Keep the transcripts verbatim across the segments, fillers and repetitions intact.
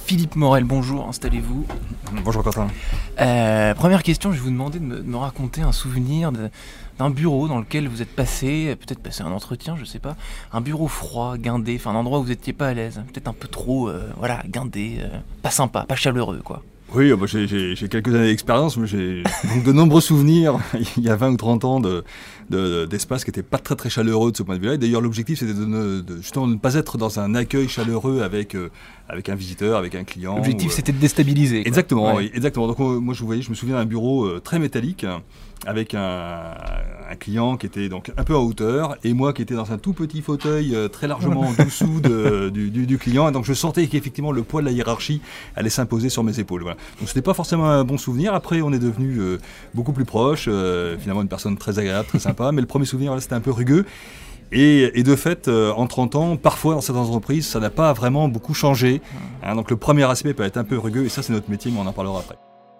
Philippe Morel, bonjour, installez-vous. Bonjour Quentin. Euh, première question, je vais vous demander de me, de me raconter un souvenir de, d'un bureau dans lequel vous êtes passé, peut-être passé un entretien, je sais pas, un bureau froid, guindé, enfin un endroit où vous n'étiez pas à l'aise, peut-être un peu trop, euh, voilà, guindé, euh, pas sympa, pas chaleureux quoi. Oui, bah j'ai, j'ai, j'ai quelques années d'expérience, mais j'ai donc de nombreux souvenirs, il y a vingt ou trente ans, de, de, d'espaces qui n'étaient pas très très chaleureux de ce point de vue-là. Et d'ailleurs, l'objectif, c'était de, ne, de, justement de ne pas être dans un accueil chaleureux avec, euh, avec un visiteur, avec un client. L'objectif, ou, euh... c'était de déstabiliser. Quoi. Exactement, ouais. oui, exactement. Donc moi, je vous voyais, je me souviens d'un bureau euh, très métallique, avec un, un client qui était donc un peu en hauteur, et moi qui étais dans un tout petit fauteuil euh, très largement en dessous de, du, du, du client. Et donc je sentais qu'effectivement le poids de la hiérarchie allait s'imposer sur mes épaules. Voilà. Donc c'était pas forcément un bon souvenir. Après, on est devenu euh, beaucoup plus proche. Euh, finalement, une personne très agréable, très sympa. Mais le premier souvenir, là, c'était un peu rugueux. Et, et de fait, euh, en trente ans, parfois dans certaines entreprises, ça n'a pas vraiment beaucoup changé. Hein, donc le premier aspect peut être un peu rugueux. Et ça, c'est notre métier, mais on en parlera après.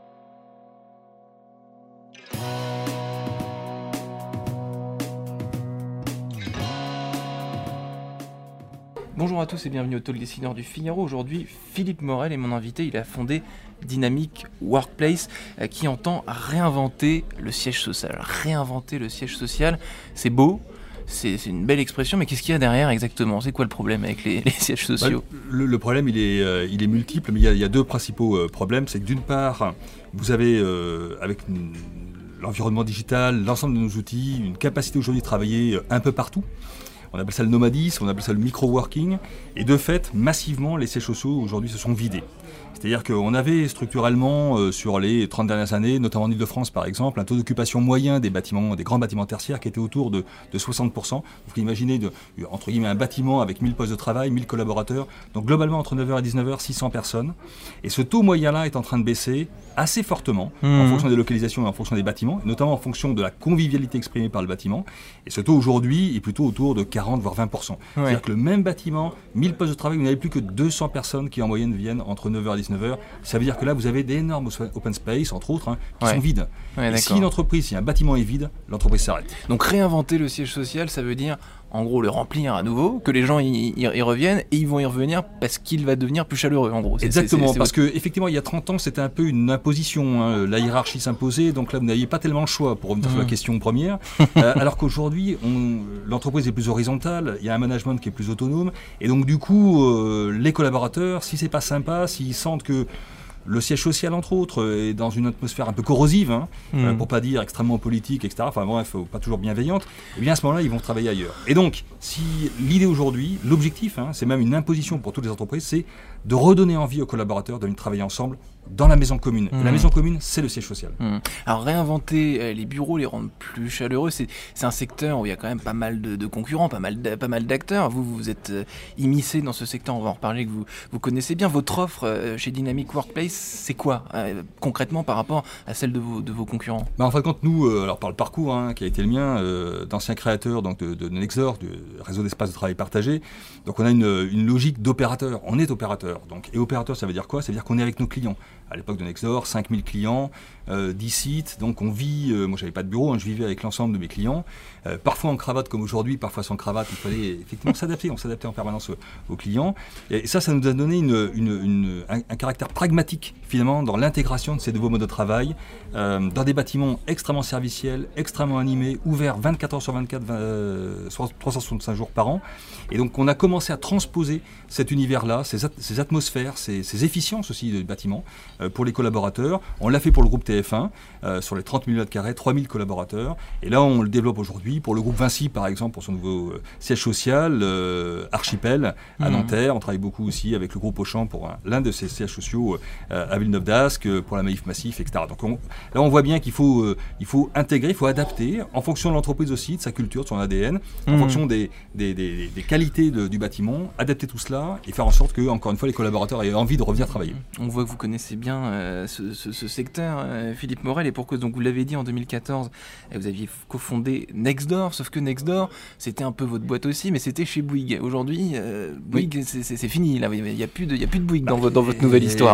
Bonjour à tous et bienvenue au Talk Dessineur du Figaro. Aujourd'hui, Philippe Morel est mon invité. Il a fondé Dynamic Workplace euh, qui entend réinventer le siège social. Réinventer le siège social, c'est beau, c'est, c'est une belle expression, mais qu'est-ce qu'il y a derrière exactement ? C'est quoi le problème avec les, les sièges sociaux ? bah, le, le problème, il est, euh, il est multiple, mais il y a, il y a deux principaux euh, problèmes. C'est que d'une part, vous avez, euh, avec une, l'environnement digital, l'ensemble de nos outils, une capacité aujourd'hui de travailler un peu partout. On appelle ça le nomadisme, on appelle ça le micro-working. Et de fait, massivement, les sièges sociaux aujourd'hui se sont vidés. C'est-à-dire qu'on avait structurellement, euh, sur les trente dernières années, notamment en Ile-de-France par exemple, un taux d'occupation moyen des bâtiments, des grands bâtiments tertiaires qui était autour de, de soixante pour cent. Vous imaginez, de, entre guillemets, un bâtiment avec mille postes de travail, mille collaborateurs. Donc globalement, entre neuf heures et dix-neuf heures, six cents personnes. Et ce taux moyen-là est en train de baisser assez fortement, mmh. en fonction des localisations et en fonction des bâtiments, et notamment en fonction de la convivialité exprimée par le bâtiment. Et ce taux aujourd'hui est plutôt autour de quarante voire vingt pour cent. Ouais. C'est-à-dire que le même bâtiment, mille postes de travail, vous n'avez plus que deux cents personnes qui en moyenne viennent entre neuf heures et dix-neuf heures. Ça veut dire que là, vous avez d'énormes open space, entre autres, hein, qui ouais. sont vides. Ouais, et si une entreprise, si un bâtiment est vide, l'entreprise s'arrête. Donc réinventer le siège social, ça veut dire en gros le remplir à nouveau, que les gens y, y, y reviennent et ils vont y revenir parce qu'il va devenir plus chaleureux en gros. C'est, Exactement, c'est, c'est, parce votre... qu'effectivement il y a trente ans c'était un peu une imposition, hein. La hiérarchie s'imposait, donc là vous n'aviez pas tellement le choix pour revenir mmh. sur la question première, euh, alors qu'aujourd'hui on, l'entreprise est plus horizontale, il y a un management qui est plus autonome, et donc du coup euh, les collaborateurs, si c'est pas sympa, s'ils sentent que le siège social, entre autres, est dans une atmosphère un peu corrosive, hein, mmh. euh, pour pas dire extrêmement politique, et cetera. Enfin bref, pas toujours bienveillante. Et bien à ce moment-là, ils vont travailler ailleurs. Et donc, si l'idée aujourd'hui, l'objectif, hein, c'est même une imposition pour toutes les entreprises, c'est de redonner envie aux collaborateurs de venir travailler ensemble dans la maison commune. Mmh. Et la maison commune, c'est le siège social. Mmh. Alors réinventer euh, les bureaux, les rendre plus chaleureux, c'est, c'est un secteur où il y a quand même pas mal de, de concurrents, pas mal, de, pas mal d'acteurs. Vous, vous êtes euh, immiscé dans ce secteur, on va en reparler, que vous, vous connaissez bien. Votre offre euh, chez Dynamic Workplace, c'est quoi euh, concrètement par rapport à celle de vos, de vos concurrents ? Bah en fin de compte, nous, euh, alors par le parcours hein, qui a été le mien, euh, d'anciens créateurs donc de, de Nextdoor, du réseau d'espace de travail partagé, donc on a une, une logique d'opérateur. On est opérateur. Donc, et opérateur, ça veut dire quoi ? Ça veut dire qu'on est avec nos clients. À l'époque de Nextdoor, cinq mille clients, euh, dix sites, donc on vit, euh, moi j'avais pas de bureau, hein, je vivais avec l'ensemble de mes clients, euh, parfois en cravate comme aujourd'hui, parfois sans cravate, il fallait effectivement s'adapter, on s'adaptait en permanence aux, aux clients, et ça, ça nous a donné une, une, une, un, un caractère pragmatique finalement dans l'intégration de ces nouveaux modes de travail, euh, dans des bâtiments extrêmement serviciels, extrêmement animés, ouverts vingt-quatre heures sur vingt-quatre, vingt, euh, trois cent soixante-cinq jours par an, et donc on a commencé à transposer cet univers-là, ces, at- ces atmosphères, ces, ces efficiences aussi du bâtiment, pour les collaborateurs. On l'a fait pour le groupe T F un, euh, sur les trente mille mètres carrés, trois mille collaborateurs. Et là, on le développe aujourd'hui pour le groupe Vinci, par exemple, pour son nouveau euh, siège social, euh, Archipel, à mmh. Nanterre. On travaille beaucoup aussi avec le groupe Auchan pour un, l'un de ses sièges sociaux euh, à Villeneuve-d'Ascq, pour la Maïf Massif, et cetera. Donc on, là, on voit bien qu'il faut, euh, il faut intégrer, il faut adapter, en fonction de l'entreprise aussi, de sa culture, de son A D N, mmh. en fonction des, des, des, des qualités de, du bâtiment, adapter tout cela et faire en sorte que, encore une fois, les collaborateurs aient envie de revenir travailler. On voit que vous connaissez bien Euh, ce, ce, ce secteur, euh, Philippe Morel, et pour cause, donc vous l'avez dit en deux mille quatorze, euh, vous aviez cofondé Nextdoor, sauf que Nextdoor, c'était un peu votre boîte aussi, mais c'était chez Bouygues. Aujourd'hui, euh, Bouygues, oui. c'est, c'est, c'est fini, là, il n'y a plus de, il y a plus de Bouygues bah, dans, votre, dans votre nouvelle histoire. Là. C'est la vie.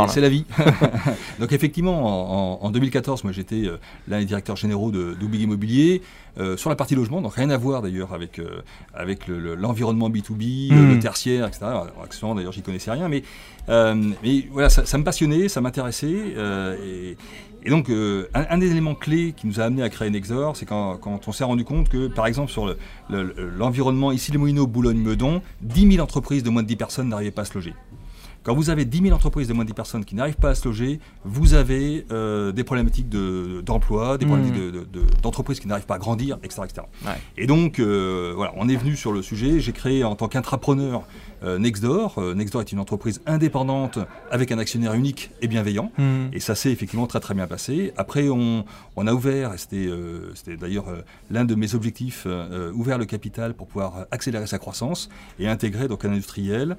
merci. Donc effectivement, en, en deux mille quatorze, moi j'étais euh, l'un des directeurs généraux de, de Bouygues Immobilier, euh, sur la partie logement, donc rien à voir d'ailleurs avec, euh, avec le, le, l'environnement B deux B, mmh. le, le tertiaire, et cetera. Alors, accessoirement d'ailleurs j'y connaissais rien, mais, euh, mais voilà, ça, ça me passionnait, ça m'intéressait. Euh, et, et donc euh, un, un des éléments clés qui nous a amené à créer Nextdoor, c'est quand, quand on s'est rendu compte que par exemple sur le, le, l'environnement ici les Moulineaux, Boulogne-Meudon, dix mille entreprises de moins de dix personnes n'arrivaient pas à se loger. Quand vous avez dix mille entreprises de moins de dix personnes qui n'arrivent pas à se loger, vous avez euh, des problématiques de, d'emploi, des problématiques mmh. de, de, de, d'entreprises qui n'arrivent pas à grandir, et cetera et cetera. Ouais. Et donc, euh, voilà, on est venu sur le sujet. J'ai créé en tant qu'intrapreneur euh, Nextdoor. Euh, Nextdoor est une entreprise indépendante avec un actionnaire unique et bienveillant. Mmh. Et ça s'est effectivement très très bien passé. Après, on, on a ouvert, et c'était, euh, c'était d'ailleurs euh, l'un de mes objectifs, euh, ouvert le capital pour pouvoir accélérer sa croissance et intégrer donc un industriel.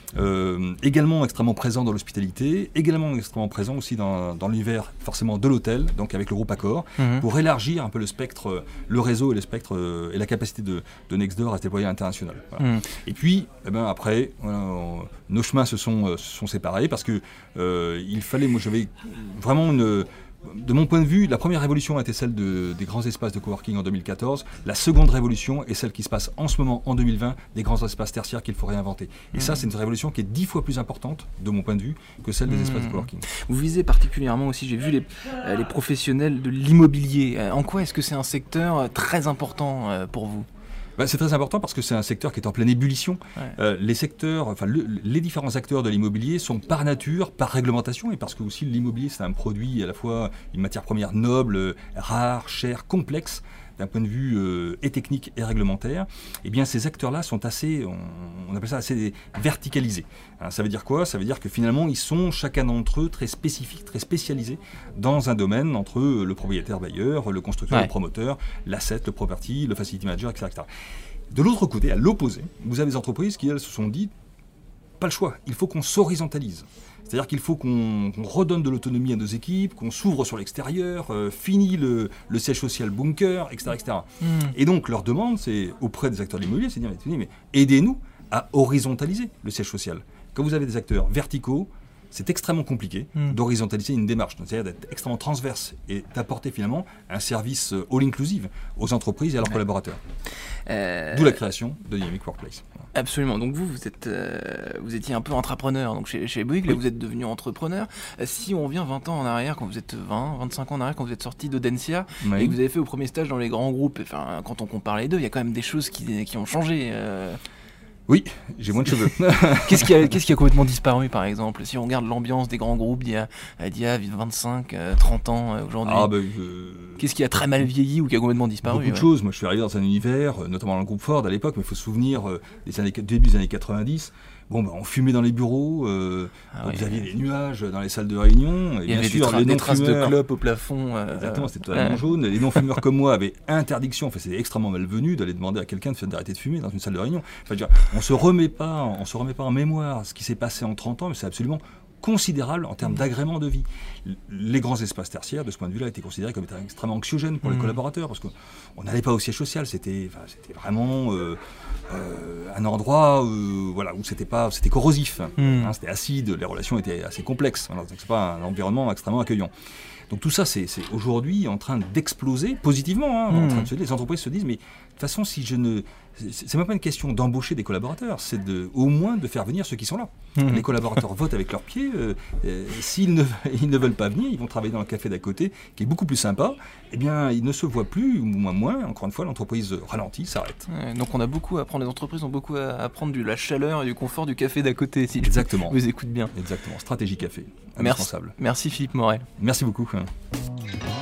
Euh, également extrêmement présent dans l'hospitalité, également extrêmement présent aussi dans, dans l'univers forcément de l'hôtel, donc avec le groupe Accor, mmh. pour élargir un peu le spectre, le réseau et le spectre euh, et la capacité de, de Nextdoor à se déployer à l'international. Voilà. Mmh. Et puis, eh ben, après, voilà, on, nos chemins se sont, euh, se sont séparés parce que euh, il fallait, moi j'avais vraiment une... De mon point de vue, la première révolution a été celle de, des grands espaces de coworking en deux mille quatorze. La seconde révolution est celle qui se passe en ce moment, en deux mille vingt, des grands espaces tertiaires qu'il faut réinventer. Et mmh. ça, c'est une révolution qui est dix fois plus importante, de mon point de vue, que celle des mmh. espaces de coworking. Vous visez particulièrement aussi, j'ai vu les, euh, les professionnels de l'immobilier. Euh, en quoi est-ce que c'est un secteur euh, très important euh, pour vous ? Ben, c'est très important parce que c'est un secteur qui est en pleine ébullition. Ouais. Euh, les secteurs, enfin le, les différents acteurs de l'immobilier sont par nature, par réglementation et parce que aussi l'immobilier c'est un produit à la fois une matière première noble, rare, chère, complexe d'un point de vue euh, et technique et réglementaire. Eh bien ces acteurs-là sont assez, on, on appelle ça assez verticalisés. Hein, ça veut dire quoi ? Ça veut dire que finalement ils sont chacun d'entre eux très spécifiques, très spécialisés dans un domaine entre le propriétaire bailleur, le constructeur, ouais. le promoteur, l'asset, le property, le facility manager, et cetera, et cetera. De l'autre côté, à l'opposé, vous avez des entreprises qui elles se sont dit pas le choix, il faut qu'on s'horizontalise. C'est-à-dire qu'il faut qu'on, qu'on redonne de l'autonomie à nos équipes, qu'on s'ouvre sur l'extérieur, euh, fini le, le siège social bunker, et cetera et cetera. Mmh. Et donc leur demande, c'est auprès des acteurs de l'immobilier, c'est de dire mais, mais aidez-nous à horizontaliser le siège social. Quand vous avez des acteurs verticaux, c'est extrêmement compliqué mmh. d'horizontaliser une démarche, c'est-à-dire d'être extrêmement transverse et d'apporter finalement un service all-inclusive aux entreprises et à leurs ouais. collaborateurs. Euh... D'où la création de Dynamic Workplace. Absolument. Donc vous, vous êtes, euh, vous étiez un peu entrepreneur donc chez, chez Bouygues, oui. là vous êtes devenu entrepreneur. Euh, si on revient vingt ans en arrière, quand vous êtes vingt, vingt-cinq ans en arrière, quand vous êtes sorti d'Audencia oui. et que vous avez fait vos premiers stages dans les grands groupes, enfin, quand on compare les deux, il y a quand même des choses qui, qui ont changé. Euh... Oui, j'ai moins de cheveux. qu'est-ce, qui a, qu'est-ce qui a complètement disparu, par exemple ? Si on regarde l'ambiance des grands groupes d'il y a, d'il y a vingt-cinq, trente ans aujourd'hui, ah bah, euh... qu'est-ce qui a très mal vieilli ou qui a complètement disparu ? Beaucoup de ouais. choses. Moi, je suis arrivé dans un univers, notamment dans le groupe Ford à l'époque, mais il faut se souvenir euh, des années, début des années quatre-vingt-dix. Bon, bah, on fumait dans les bureaux, euh, ah, vous oui, aviez oui. des nuages dans les salles de réunion. Et il y bien avait sûr, des, tra- les des traces de clopes au plafond. Euh, Exactement, c'était totalement ouais. jaune. Les non-fumeurs comme moi avaient interdiction, enfin, c'était extrêmement malvenu d'aller demander à quelqu'un de faire, d'arrêter de fumer dans une salle de réunion. Enfin, dire, on se remet pas, on se remet pas en mémoire ce qui s'est passé en trente ans, mais c'est absolument considérable en termes d'agrément de vie. Les grands espaces tertiaires, de ce point de vue-là, étaient considérés comme étant extrêmement anxiogènes pour mmh. les collaborateurs, parce qu'on n'allait pas au siège social, c'était, enfin, c'était vraiment euh, euh, un endroit euh, voilà, où c'était, pas, c'était corrosif, mmh. hein, c'était acide, les relations étaient assez complexes, alors, donc c'est pas un environnement extrêmement accueillant. Donc tout ça, c'est, c'est aujourd'hui en train d'exploser, positivement, hein, mmh. en train de se, les entreprises se disent, mais de toute façon, si je ne... C'est, c'est même pas une question d'embaucher des collaborateurs, c'est de, au moins de faire venir ceux qui sont là. Mmh. Les collaborateurs votent avec leurs pieds, euh, euh, s'ils ne, ils ne veulent pas venir, ils vont travailler dans le café d'à côté, qui est beaucoup plus sympa, eh bien, ils ne se voient plus, ou moins moins, encore une fois, l'entreprise ralentit, s'arrête. Ouais, donc on a beaucoup à apprendre, les entreprises ont beaucoup à apprendre de la chaleur et du confort du café d'à côté, si Exactement. je vous écoute bien. Exactement, stratégie café, indispensable. Merci, merci Philippe Morel. Merci beaucoup. Hein.